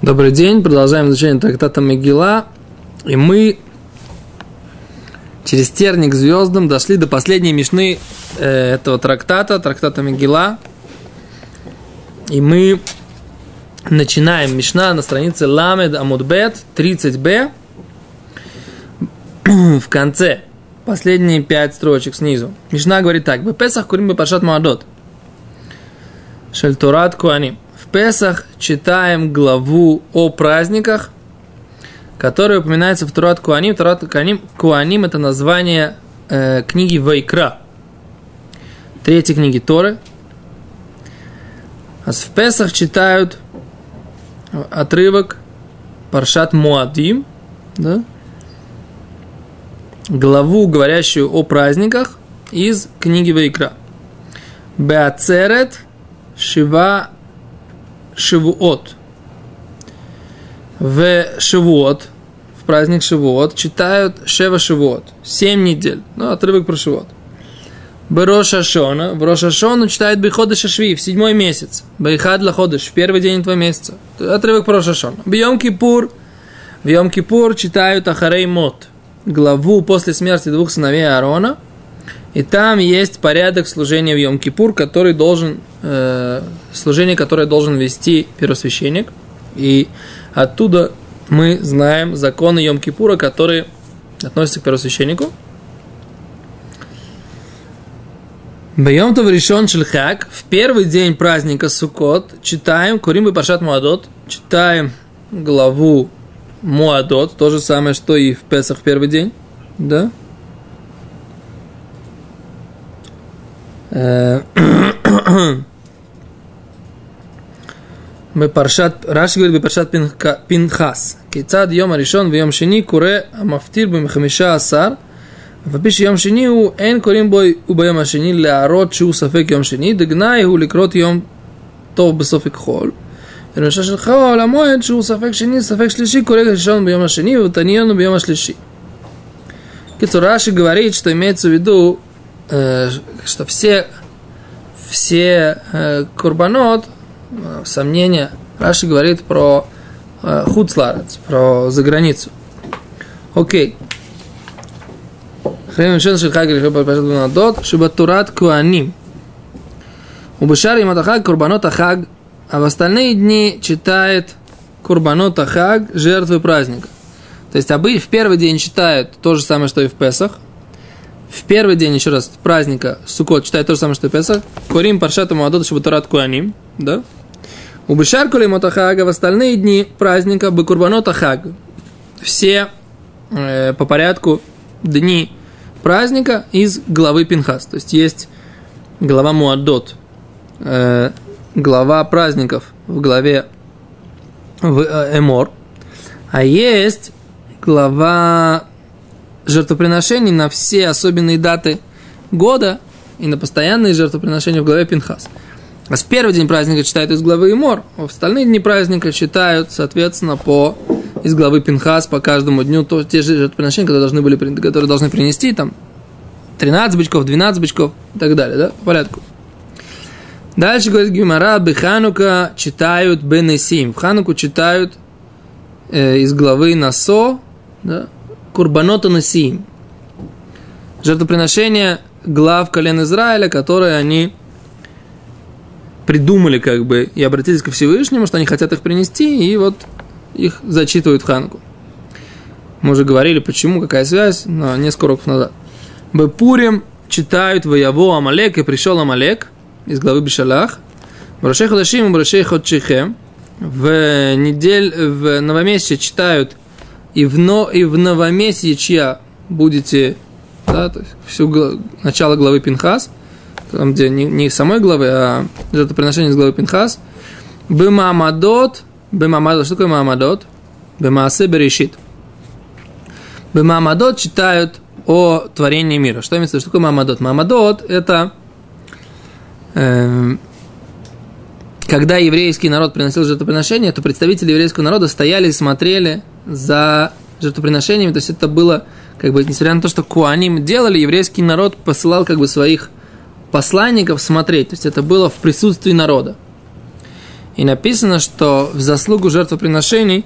Добрый день, продолжаем изучение трактата Мегила, и мы через терник к звездам дошли до последней мишны этого трактата Мегила, и мы начинаем мишна на странице Ламед Амудбет 30b, в конце, последние 5 строчек снизу. Мишна говорит так: «Бепесах курим бепаршат Моадот, шель Торат Куаним». В Песах читаем главу о праздниках, которая упоминается в Торат Куаним. Торат Куаним – это название книги Вайкра, третьей книги Торы. А в Песах читают отрывок Паршат Моадим, да? Главу, говорящую о праздниках, из книги Вайкра. Беацерет Шива Шивуот. В Шивуот, в праздник Шивуот, читают Шева Шивуот, 7 недель. Ну, отрывок про Шивуот. Брош Ашона, в Рош Ашону читают Бейходеш Ашви, в 7-й месяц. Бейхад Лаходеш, в первый день этого месяца. Отрывок про Рош Ашона. В Йом Кипур читают Ахарей Мот, главу после смерти 2 сыновей Аарона. И там есть порядок служения в Йом-Кипур, который должен вести первосвященник. И оттуда мы знаем законы Йом-Кипура, которые относятся к первосвященнику. Бьем то в решен шельхак, в первый день праздника Суккот читаем Курим бепаршат Моадот, читаем главу Моадот, то же самое, что и в Песах в первый день, да? Раши говорит бепаршат Пинхас. Кейцад йом аришон вьем шени куре амафтир б'мехамиша асар. Вапиш йом шени у эн курим бой убайом ашени леарот шу сафек йом шени дгнай у ликрот йом тов бесофик хол. Раши шel хол амоед шу сафек шени сафек шлиши куре аришон бьем ашени втаньону бьем ашлиши. Кейцад Раши говорит, что имеется в виду, что все курбанот, сомнения, Раши говорит про хуцларец, про заграницу. Окей. Шибатурат Куаним. Убешар им атахаг курбанот ахаг, а в остальные дни читает курбанот ахаг, жертвы праздника. То есть в первый день читают то же самое, что и в Песах. В первый день, еще раз, праздника Суккот читает то же самое, что и Песах. Курим паршат Моадот шибатурат Куаним, да? Убешар кулим атахага, в остальные дни праздника бекурбанот ахаг. Все по порядку дни праздника из главы Пинхас. То есть глава Моадот, глава праздников в главе Эмор, а есть глава жертвоприношений на все особенные даты года и на постоянные жертвоприношения в главе Пинхас. А с первый день праздника читают из главы Эмор, а в остальные дни праздника читают, соответственно, из главы Пинхас по каждому дню те же жертвоприношения, которые должны принести, там, 13 бычков, 12 бычков и так далее, да, по порядку. Дальше говорит Гемара, Беханука читают Бенесим. В Хануку читают из главы Насо, да, Курбанота Насиим. Жертвоприношения глав колен Израиля, которые они придумали и обратились ко Всевышнему, что они хотят их принести, и вот их зачитывают в Хануку. Мы уже говорили, почему, какая связь, но несколько уроков назад. Бепурим читают Ваяво Амалек, и пришел Амалек из главы Бешалах. Брашей Ходашим и Брашей Ходшихем. В новомесячие читают и в новомесячья будете, да, то есть начало главы Пинхас, там, где не самой главы, а жертвоприношение из главы Пинхас. Бемаамадот, что такое Маамадот? Бемаасе Берешит. Бемаамадот читают о творении мира. Что имеется в виду? Что такое Маамадот? Маамадот – это когда еврейский народ приносил жертвоприношение, то представители еврейского народа стояли и смотрели за жертвоприношениями. То есть это было, несмотря на то, что Куаним делали, еврейский народ посылал своих посланников смотреть. То есть это было в присутствии народа. И написано, что в заслугу жертвоприношений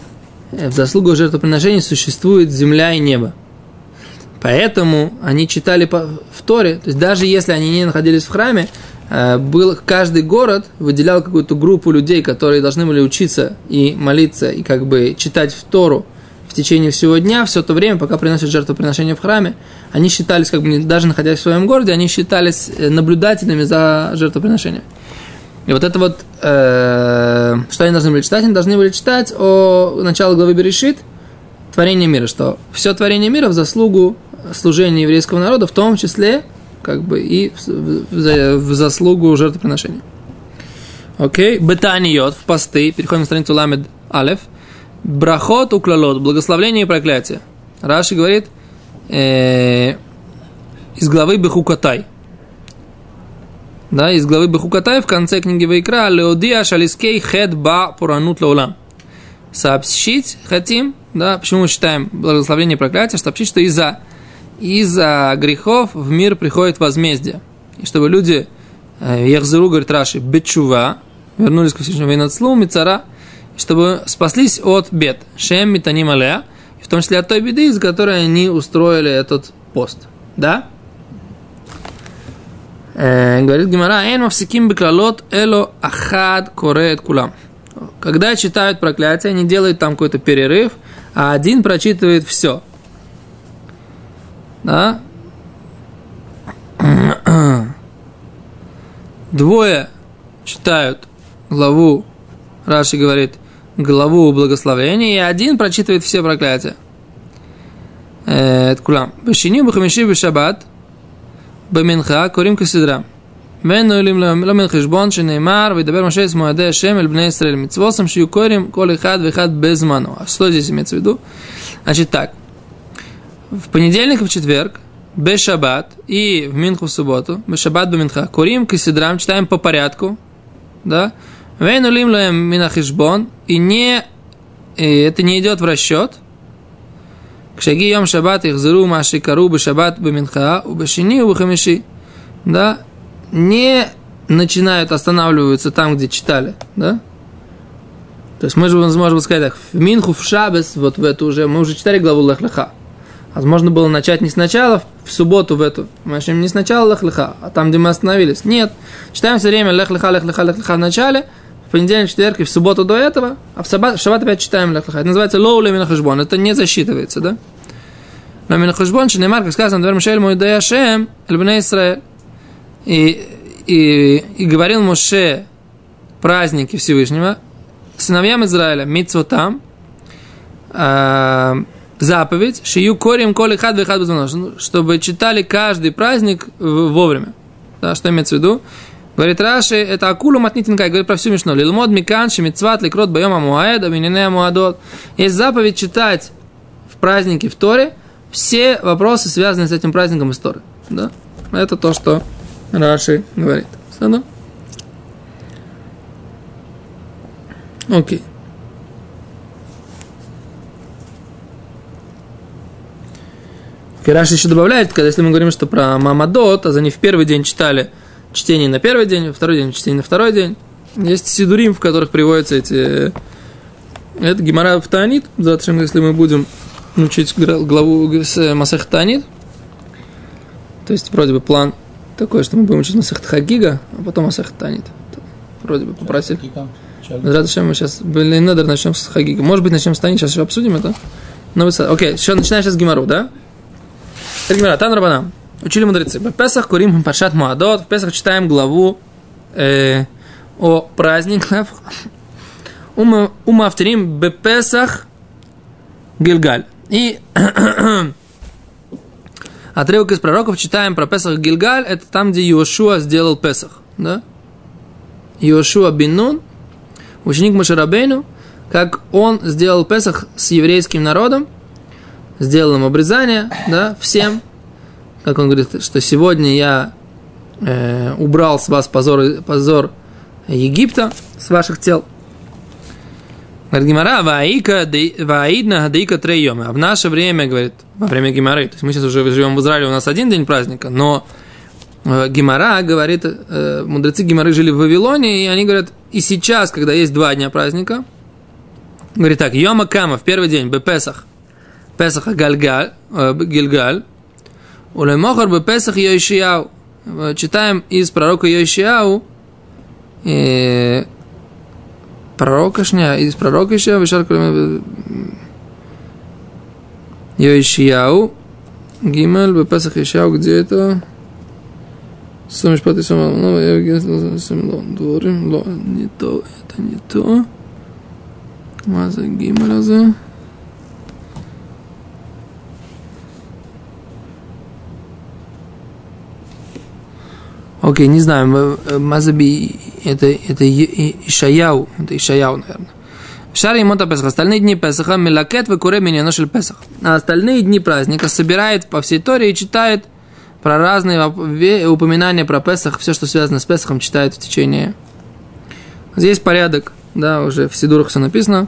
существует земля и небо. Поэтому они читали в Торе, то есть даже если они не находились в храме, каждый город выделял какую-то группу людей, которые должны были учиться и молиться, и как бы читать в Тору в течение всего дня, все то время, пока приносят жертвоприношение в храме. Они считались, как бы, даже находясь в своем городе, они считались наблюдателями за жертвоприношением. И вот это вот, что они должны были читать? Они должны были читать о начале главы Берешит, творение мира, что все творение мира в заслугу служения еврейского народа, в том числе, как бы, и в заслугу жертвоприношения. Окей. Бетаниот, в посты, переходим на страницу Ламед Алеф, брахот уклалот, благословление и проклятие. Раши говорит из главы Бехукатай. Да, из главы Бехукатай в конце книги Вайкра Леодия Шалискей Хед Ба Пуранут Лаулам. Сообщить хотим, да, почему мы считаем благословение и проклятие, сообщить, что из-за грехов в мир приходит возмездие. И чтобы люди, Яхзеру, говорит Раши, бетчува, вернулись к Всевышнему Вейнацлу, Мицара, чтобы спаслись от бед. Шем Митаним Алея, в том числе от той беды, из-за которой они устроили этот пост. Да? Говорит Гемара, «Эн мавсиким беклалот эло ахад корет кулам». Когда читают проклятие, они делают там какой-то перерыв, а один прочитывает все. Да? Двое читают главу, Раши говорит, главу благословения, и один прочитывает все проклятия. Это кулам. Бешини бхамиши бешаббат במנחה קוראים כסדרה. ואין נועלים לא מן חשבון שנאמר וידבר משה את מועדי השם אל בני ישראל מצווסם שיהיו קוראים כל אחד ואחד безмано. А что здесь имеется в виду? Значит так. В понедельник и в четверг, бешаббат и в минху в субботу, бешаббат беминха, курим кесидрам, читаем по порядку, да? Вейн нолим лаем мина хешбон, и это не идет в расчет. Кшаги йом шаббат ихзеру маши кару бешаббат беминха, убешини убахамиши, да? Не начинают, останавливаются там, где читали, да? То есть мы же можем сказать так, в минху, в шаббес, вот в эту уже, мы уже читали главу Лех-Леха. Возможно было начать не сначала, в субботу в эту, мы начнем не сначала Лех-Леха, а там, где мы остановились. Нет, читаем все время Лех-Леха, Лех-Леха, Лех-Леха в начале, в понедельник, четверг и в субботу до этого, а в шаббат опять читаем Лех-Леха. Это называется лоу лемина хешбон, это не засчитывается, да? Лемина хешбон, шенемар, как сказано, дверь Мошель мой дай Ашем, эль бней Исраэль. И говорил Моше праздники Всевышнего сыновьям Израиля, мицвотам, заповедь, шию корим коли хад вехад безмано, чтобы читали каждый праздник вовремя. Да, что имеется в виду? Говорит Раши, это акулу матнитинкай, говорит про всю Мишну. Лилмод микан шемицват лекрот байом амуаэд аминене амуадот. Есть заповедь читать в праздники в Торе все вопросы, связанные с этим праздником из Торы. Да? Это то, что Раши говорит. Саду? Окей. Раши еще добавляет, когда если мы говорим, что про Мамадот, а они в первый день читали чтение на первый день, во второй день чтение на второй день. Есть сидурим, в которых приводятся эти... Это Гемара в Таанит, завтра, если мы будем учить главу с Масех Таанит. То есть, вроде бы, план такой, что мы будем учить Масех Хагига, а потом Масех Таанит. Вроде бы попросили. Зачем мы сейчас, надо начнем с Хагига. Может быть, начнем с Таанит, сейчас еще обсудим это. Но окей, еще начинаем сейчас с Гемару, да? Гемара, Тан Рабанам. Учили мудрецы. В Песах курим паршат Моадот. В Песах читаем главу о праздниках. Умавтерим бепесах Гильгаль. И отрывок из пророков читаем про Песах Гильгаль. Это там, где Йошуа сделал Песах. Да? Йошуа бин Нун, ученик Моше Рабейну, как он сделал Песах с еврейским народом, сделал им обрезание, да, всем. Как он говорит, что сегодня я убрал с вас позор Египта, с ваших тел. Говорит Гемара, ваидна даика трейома. А в наше время, говорит, во время Гемары, то есть мы сейчас уже живем в Израиле, у нас один день праздника, но Гемара говорит, мудрецы Гемары жили в Вавилоне, и они говорят, и сейчас, когда есть 2 дня праздника, говорит так, Йома Кама, в первый день, Бепесах, Песаха Гильгаль, Улемохар Бепесах Йошияу. Читаем из пророка Йошияу, из пророка Йошияу, Гимель, Бепесах Йошияу, где это? Самишпат и самого, дворим, не то, это не то. Маза Гимель, окей, не знаю, Мазаби, это Ишаяу, наверное. Шар Имота Песаха, остальные дни Песаха, Мелакет векуре миньяношель Песах. А остальные дни праздника собирает по всей Торе и читает про разные упоминания про Песах, все, что связано с Песахом, читает в течение. Здесь порядок, да, уже в Сидурах все написано.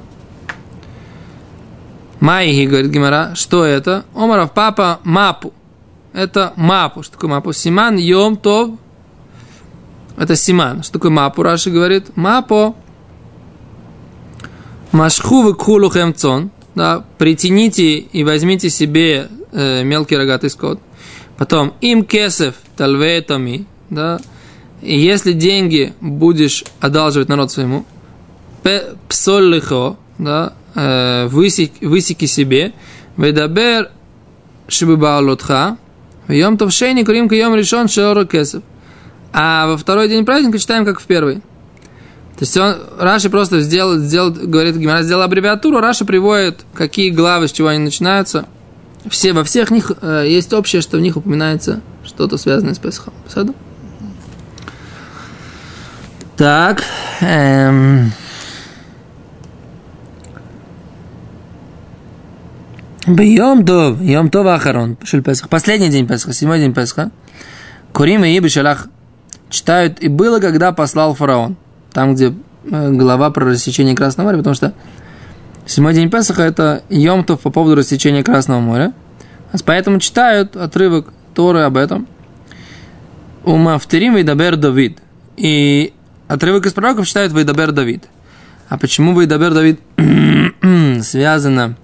Майги, говорит Гемара, что это? Омаров папа Мапу. Это Мапу. Что такое Мапу? Симан Йом Тов. Это Симан. Что такое Мапу? Раши говорит. Мапо. Машху выкхулу хемцон. Да, притяните и возьмите себе мелкий рогатый скот. Потом им кесев талвейтами. Да, и если деньги будешь одалживать народ своему, псоль лихо, да, высеки себе, ведабер шибыбаалотха, йом товшейни курим ка йом решен шеора кесев. А во второй день праздника читаем, как в первый. То есть Раши просто говорит, Гемара сделал аббревиатуру, Раши приводит, какие главы, с чего они начинаются. Во всех них есть общее, что в них упоминается что-то связанное с Песахом. Посаду? Так. Йом Тов Ахарон, Шель Песах. Последний день Песаха, 7-й день Песаха. Курим и Иби Шалах читают, и было, когда послал фараон. Там, где глава про рассечение Красного моря, потому что 7-й день Песаха – это Йом Тов по поводу рассечения Красного моря. Поэтому читают отрывок Торы об этом. Умафтерим Вейдабер Давид. И отрывок из пророков читают Вейдабер Давид. А почему Вейдабер Давид связано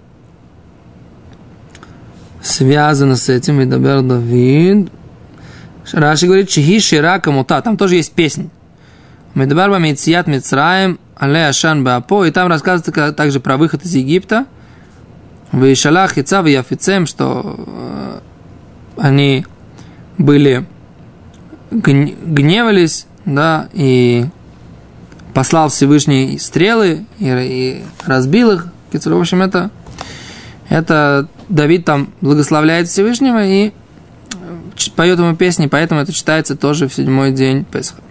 с этим Вейдабер Давид? Раши говорит, Чихи Шира Камута. Там тоже есть песня. Медабар Бамитсият Мицраем Але Ашан Баапо. И там рассказывается также про выход из Египта. Вейшалах Яцав и Яфицем, что они были гневались, да, и послал Всевышний стрелы и разбил их. В общем, это Давид там благословляет Всевышнего и поет ему песни, поэтому это читается тоже в 7-й день Песаха.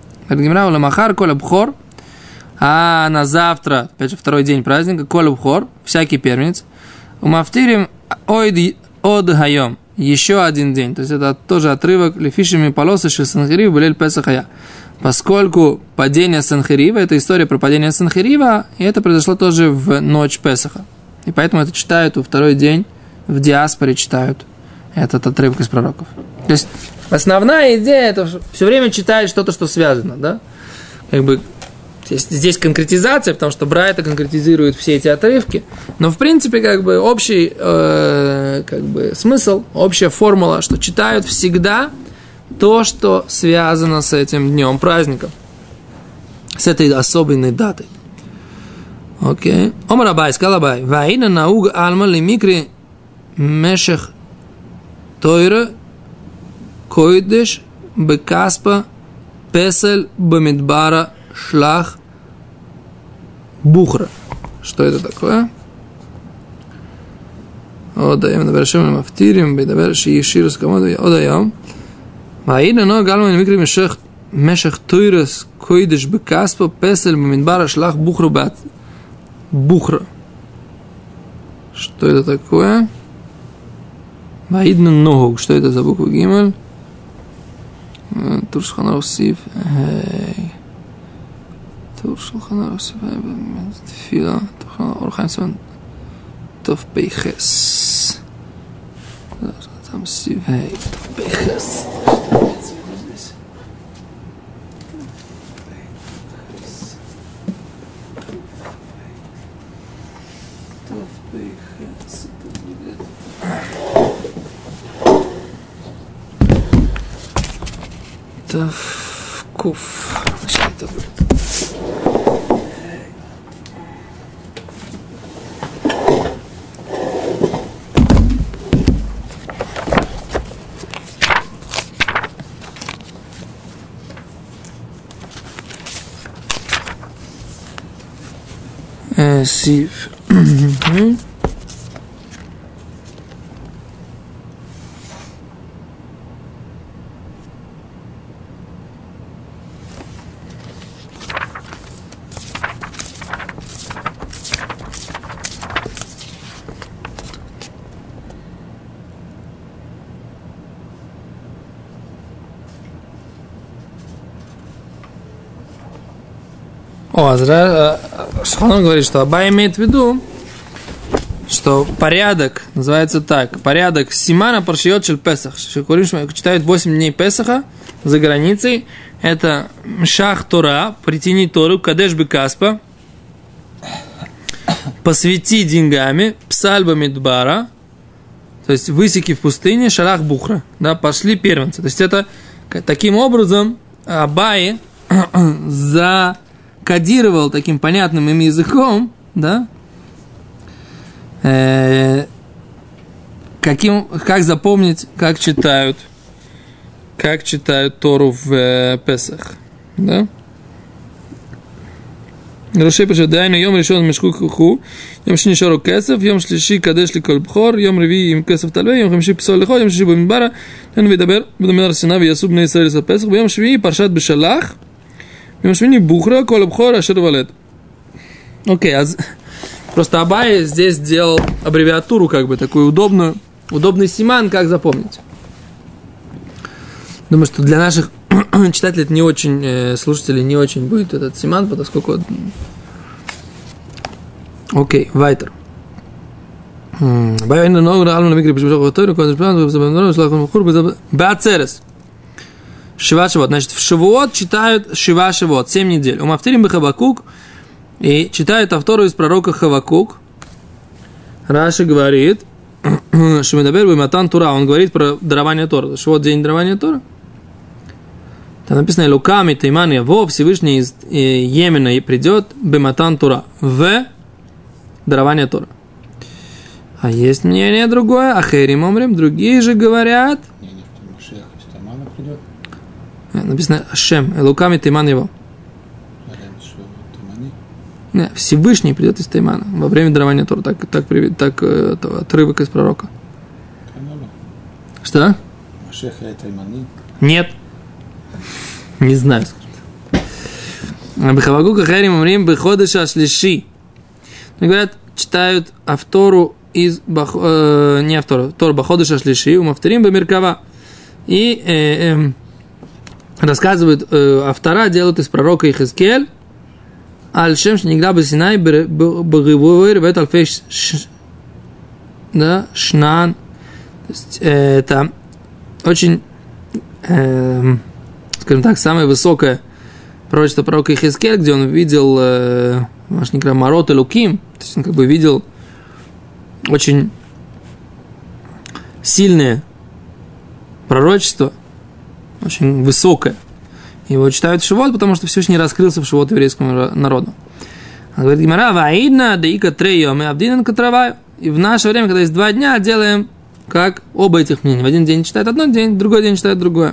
А на завтра, опять же, 2-й день праздника, Коля Бхор, всякий первенец, умафтирим од хайом, еще один день, то есть это тоже отрывок лефишими полосы Санхирив Белель Песахая, поскольку падение Санхирива, это история про падение Санхирива, и это произошло тоже в ночь Песаха, и поэтому это читают во 2-й день, в диаспоре читают этот отрывок из пророков. То есть основная идея это все время читать что-то, что связано, да? Как бы здесь конкретизация, потому что Брайта конкретизирует все эти отрывки, но в принципе как бы общий как бы смысл, общая формула, что читают всегда то, что связано с этим днем праздника, с этой особенной датой. Окей. Омар Абай, сказал Абай, ваина науга альма лимикри мешех тойра койдеш бекаспа песель бамидбара шлах бухра. Что это такое? Одаем набершем мафтирим бедаберши еширус камоду одаем. Ваина науга альма лимикри мешех тойра койдеш бекаспа песель бамидбара шлах бухра бухра. Что это такое? Ваидна ногу. Что это за буква Гимель? Туршханаров Сив. Туршханаров Сив. Тфила. Туршханаров Сив. Товпейхес. Там Сив. Товпейхес. Куф. Что это будет? Сив. Шханон говорит, что Абай имеет в виду, что порядок называется так. Порядок Симана Паршиот Шель Песах. Читают 8 дней Песаха за границей. Это Шах Тора, притяни Тору, Кадеш Бекаспа, посвяти деньгами, Псальба Мидбара, то есть высеки в пустыне, Шалах Бухра, да, пошли первенцы. То есть это таким образом Абай закодировал таким понятным им языком, да, как запомнить, как читают Тору в Песах, да? Рашей пишет: "Дайну йом решен мешку ху, йом шни шору кесов, йом шлиши кадеш ли кол бхор, йом реви им кесов талве, йом хамши писол лехо, йом шиши бамидбара, тен видабер, бдамер сина виясуб бней Исраэль за Песах, йом шви паршат бешалах, йом швини бухра кол бхор ашер валет". Окей, просто Абай здесь сделал аббревиатуру, как бы такую удобный симан, как запомнить. Думаю, что для наших читателей это не очень, слушателей не очень будет этот симан, поскольку... Окей, вайтер. Шива-шивот. Значит, в Шивуот читают Шива-шивот, 7 недель. Умафтирим бе-Хавакук, и читают автору из пророка Хавакук. Раши говорит, Шемедабер бе-Матан Тура, он говорит про дарование Тора. Шивот, день дарования Тора. Там написано: «Луками Тейман Яво, Всевышний из Йемена и придет, бе-Матан Тура, в дарование Тора». А есть мнение другое, Ахерим омрим, другие же говорят, написано Шем, Луками Тейман Яво. Не, Всевышний придет из Теймана во время дарования Тора. Так отрывок из пророка. Что? Нет. Не знаю. Бехавагука Харим Амрим Беходыша Шлиши. Говорят, читают автору из не автору, Тор Баходыша Шлиши, Умавторим Бемиркава. И рассказывают, автора делают из пророка Ихискель, Аль-Шем Шнигда Басинай Багивуэр Вет Альфеш Шнан. Это очень, скажем так, самое высокое пророчество пророка Ихискель, где он видел Марот и Луким, то есть он как бы видел очень сильное пророчество, очень высокое. Его читают в Шивот, потому что Всевышний раскрылся в Шивот еврейскому народу. Он говорит: «Гимара ваидна деика трейом и абдинен катраваю». И в наше время, когда есть 2 дня, делаем как оба этих мнения. В один день читают одно, в другой день читают другое.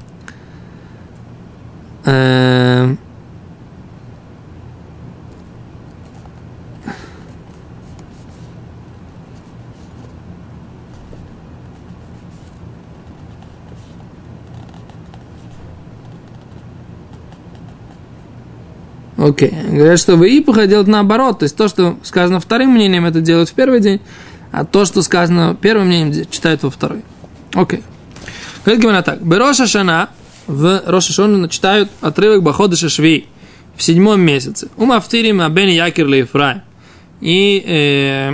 Окей. Говорят, что в Ипуха делают наоборот. То есть то, что сказано вторым мнением, это делают в первый день, а то, что сказано первым мнением, читают во второй. Окей. Говорит Гимара так. Бероша Шана, в Роша Шона читают отрывок Баходыша Шви в 7 месяце. Умафтирим абен якир ле Ефраим. И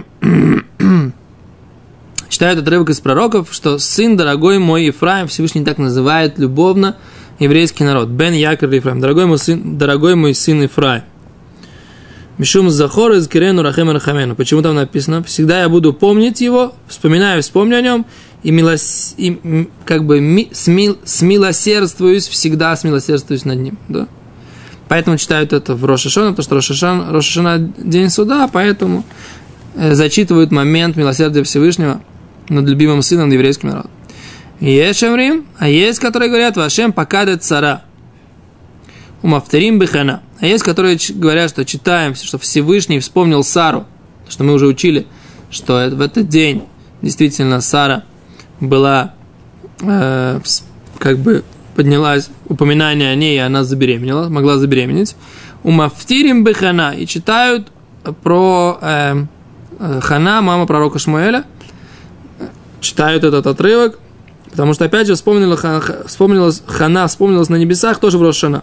читают отрывок из пророков, что сын дорогой мой Ефраим, Всевышний так называет любовно еврейский народ. Бен якир ле Ефраим. Дорогой мой сын Ефраим. Мишум захор из Кирену Рахем Рахамену. Почему там написано? Всегда я буду помнить его, вспомню о нем смилосердствуюсь, всегда смилосердствуюсь над ним. Да? Поэтому читают это в Рош ха-Шана, потому что Рош ха-Шана день суда, поэтому зачитывают момент милосердия Всевышнего над любимым сыном еврейским народом. Есть шамрим, а есть, которые говорят, Вашем покадет цара. Умавтерим бихана. А есть, которые говорят, что читаем, что Всевышний вспомнил Сару, что мы уже учили, что в этот день действительно Сара была, поднялась упоминание о ней, и она забеременела, могла забеременеть. Умавтерим бихана. И читают про Хана, мама пророка Шмуэля, читают этот отрывок, потому что, опять же, вспомнилась на небесах, тоже в Рош ха-Шана.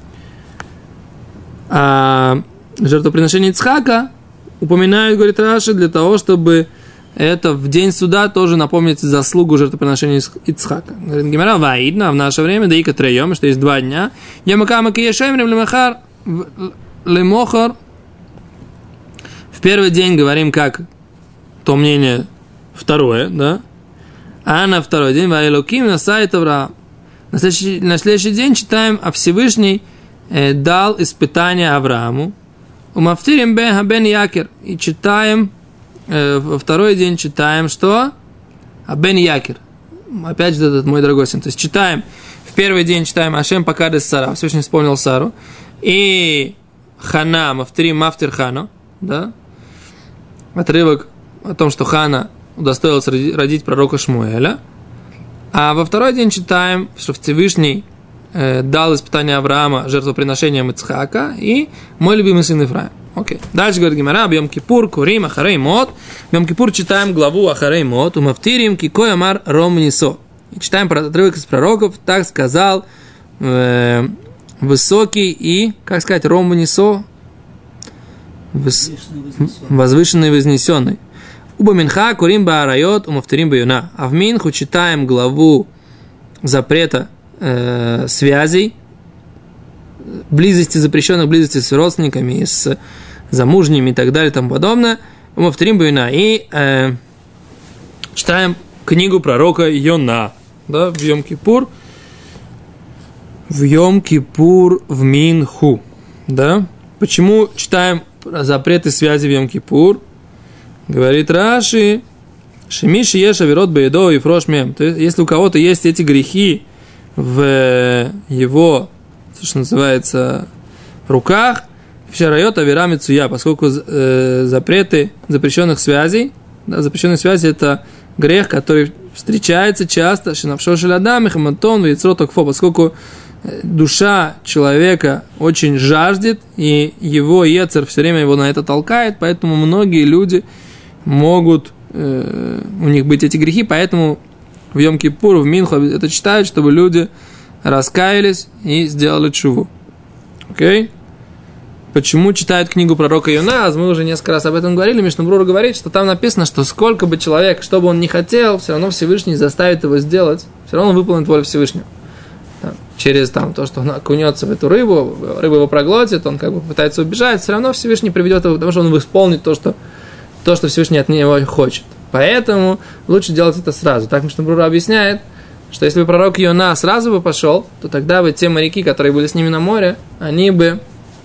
А жертвоприношение Ицхака упоминают, говорит Раши, для того, чтобы это в день суда тоже напомнить заслугу жертвоприношения Ицхака. Говорит Гемара, ваидна, в наше время, да и катрейом, что есть 2 дня. Ямакама киешемрим лемахар лемохар. В первый день говорим, как то мнение второе, да? А на второй день ваилоким на сайт Авраам. На следующий день читаем, а Всевышний дал испытание Аврааму. Умафтирим бен Якер. И читаем, во второй день читаем, что? Бен Якер. Опять же, этот мой дорогой сын. То есть читаем, в первый день читаем Ашем покадес Сара. Всевышний вспомнил Сару. И Хана, мафтирим мафтир Хану. Да? Отрывок о том, что Хана удостоилась родить пророка Шмуэля. А во второй день читаем, что Всевышний дал испытание Авраама жертвоприношением Ицхака и мой любимый сын Ифраим. Окей. Дальше говорит Гемара, Йом Кипур, Курим, Ахарей Мот. Йом Кипур читаем главу Ахарей Мот, Умафтирим, Кикой Амар Ром Нисо. И читаем отрывок из пророков, так сказал высокий и, как сказать, Ром Нисо, возвышенный и вознесенный. Уба Минха, Курим Баарайот, Умафтирим Баюна. А в Минху читаем главу запрета связей, близости, запрещенных близости с родственниками, с замужними и так далее и тому подобное. Умафтирим Баюна. И читаем книгу пророка Йона, да, в Йом-Кипур. В Йом-Кипур в Минху. Да? Почему читаем запреты связи в Йом-Кипур? Говорит Раши, Шемиши Еша Верот Баедо и Фрошмем. То есть, если у кого-то есть эти грехи в его, что называется, руках, Вшарайот Авера Мицуя, поскольку запреты запрещенных связей, да, запрещенные связи это грех, который встречается часто, Шинавшошель Адам, Хамантон, Вейцрот Окфо, поскольку душа человека очень жаждет, и его Ецер все время его на это толкает, поэтому многие люди могут у них быть эти грехи, поэтому в Йом-Кипур, в Минху это читают, чтобы люди раскаялись и сделали тшуву. Окей? Почему читают книгу пророка Йона? Мы уже несколько раз об этом говорили. Мишна Брура говорит, что там написано, что сколько бы человек, что бы он ни хотел, все равно Всевышний заставит его сделать, все равно он выполнит волю Всевышнего. Через то, что он окунется в эту рыбу, рыба его проглотит, он как бы пытается убежать, все равно Всевышний приведет его, потому что он исполнит то, что Всевышний от него хочет. Поэтому лучше делать это сразу. Так Мишна Брура объясняет, что если бы пророк Йона сразу бы пошел, то тогда бы те моряки, которые были с ними на море, они бы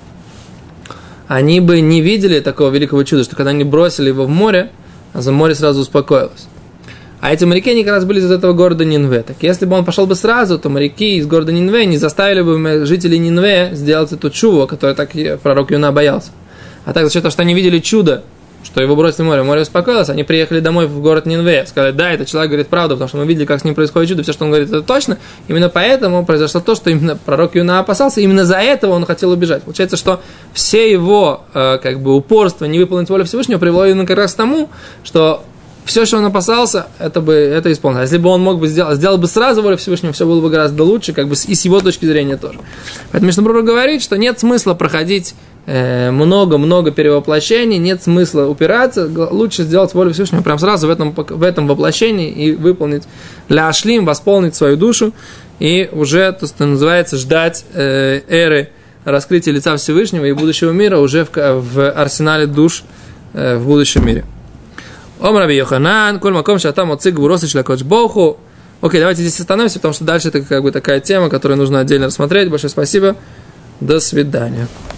не видели такого великого чуда, что когда они бросили его в море, а за море сразу успокоилось. А эти моряки, они как раз были из этого города Нинве. Так если бы он пошел бы сразу, то моряки из города Нинве не заставили бы жителей Нинве сделать эту чуву, которую так пророк Йона боялся. А так, за счет того, что они видели чудо, что его бросили в море успокоилось, они приехали домой в город Нинве, сказали, да, этот человек говорит правду, потому что мы видели, как с ним происходит чудо, все, что он говорит, это точно. Именно поэтому произошло то, что именно пророк Йона опасался, именно за этого он хотел убежать. Получается, что все его упорство не выполнить волю Всевышнего привело именно как раз к тому, что все, что он опасался, это исполнилось. А если бы он мог бы сделал бы сразу волю Всевышнего, все было бы гораздо лучше, и с его точки зрения тоже. Поэтому Мишна Брура говорит, что нет смысла проходить много-много перевоплощений, нет смысла упираться, лучше сделать волю Всевышнего прямо сразу в этом воплощении и выполнить ля-ашлим, восполнить свою душу, и уже, то, что называется, ждать эры раскрытия лица Всевышнего и будущего мира уже в арсенале душ в будущем мире. Ом Раби Йоханан, коль маком шатам оциг буросыч лакоч боху. Окей, давайте здесь остановимся, потому что дальше это как бы такая тема, которую нужно отдельно рассмотреть. Большое спасибо. До свидания.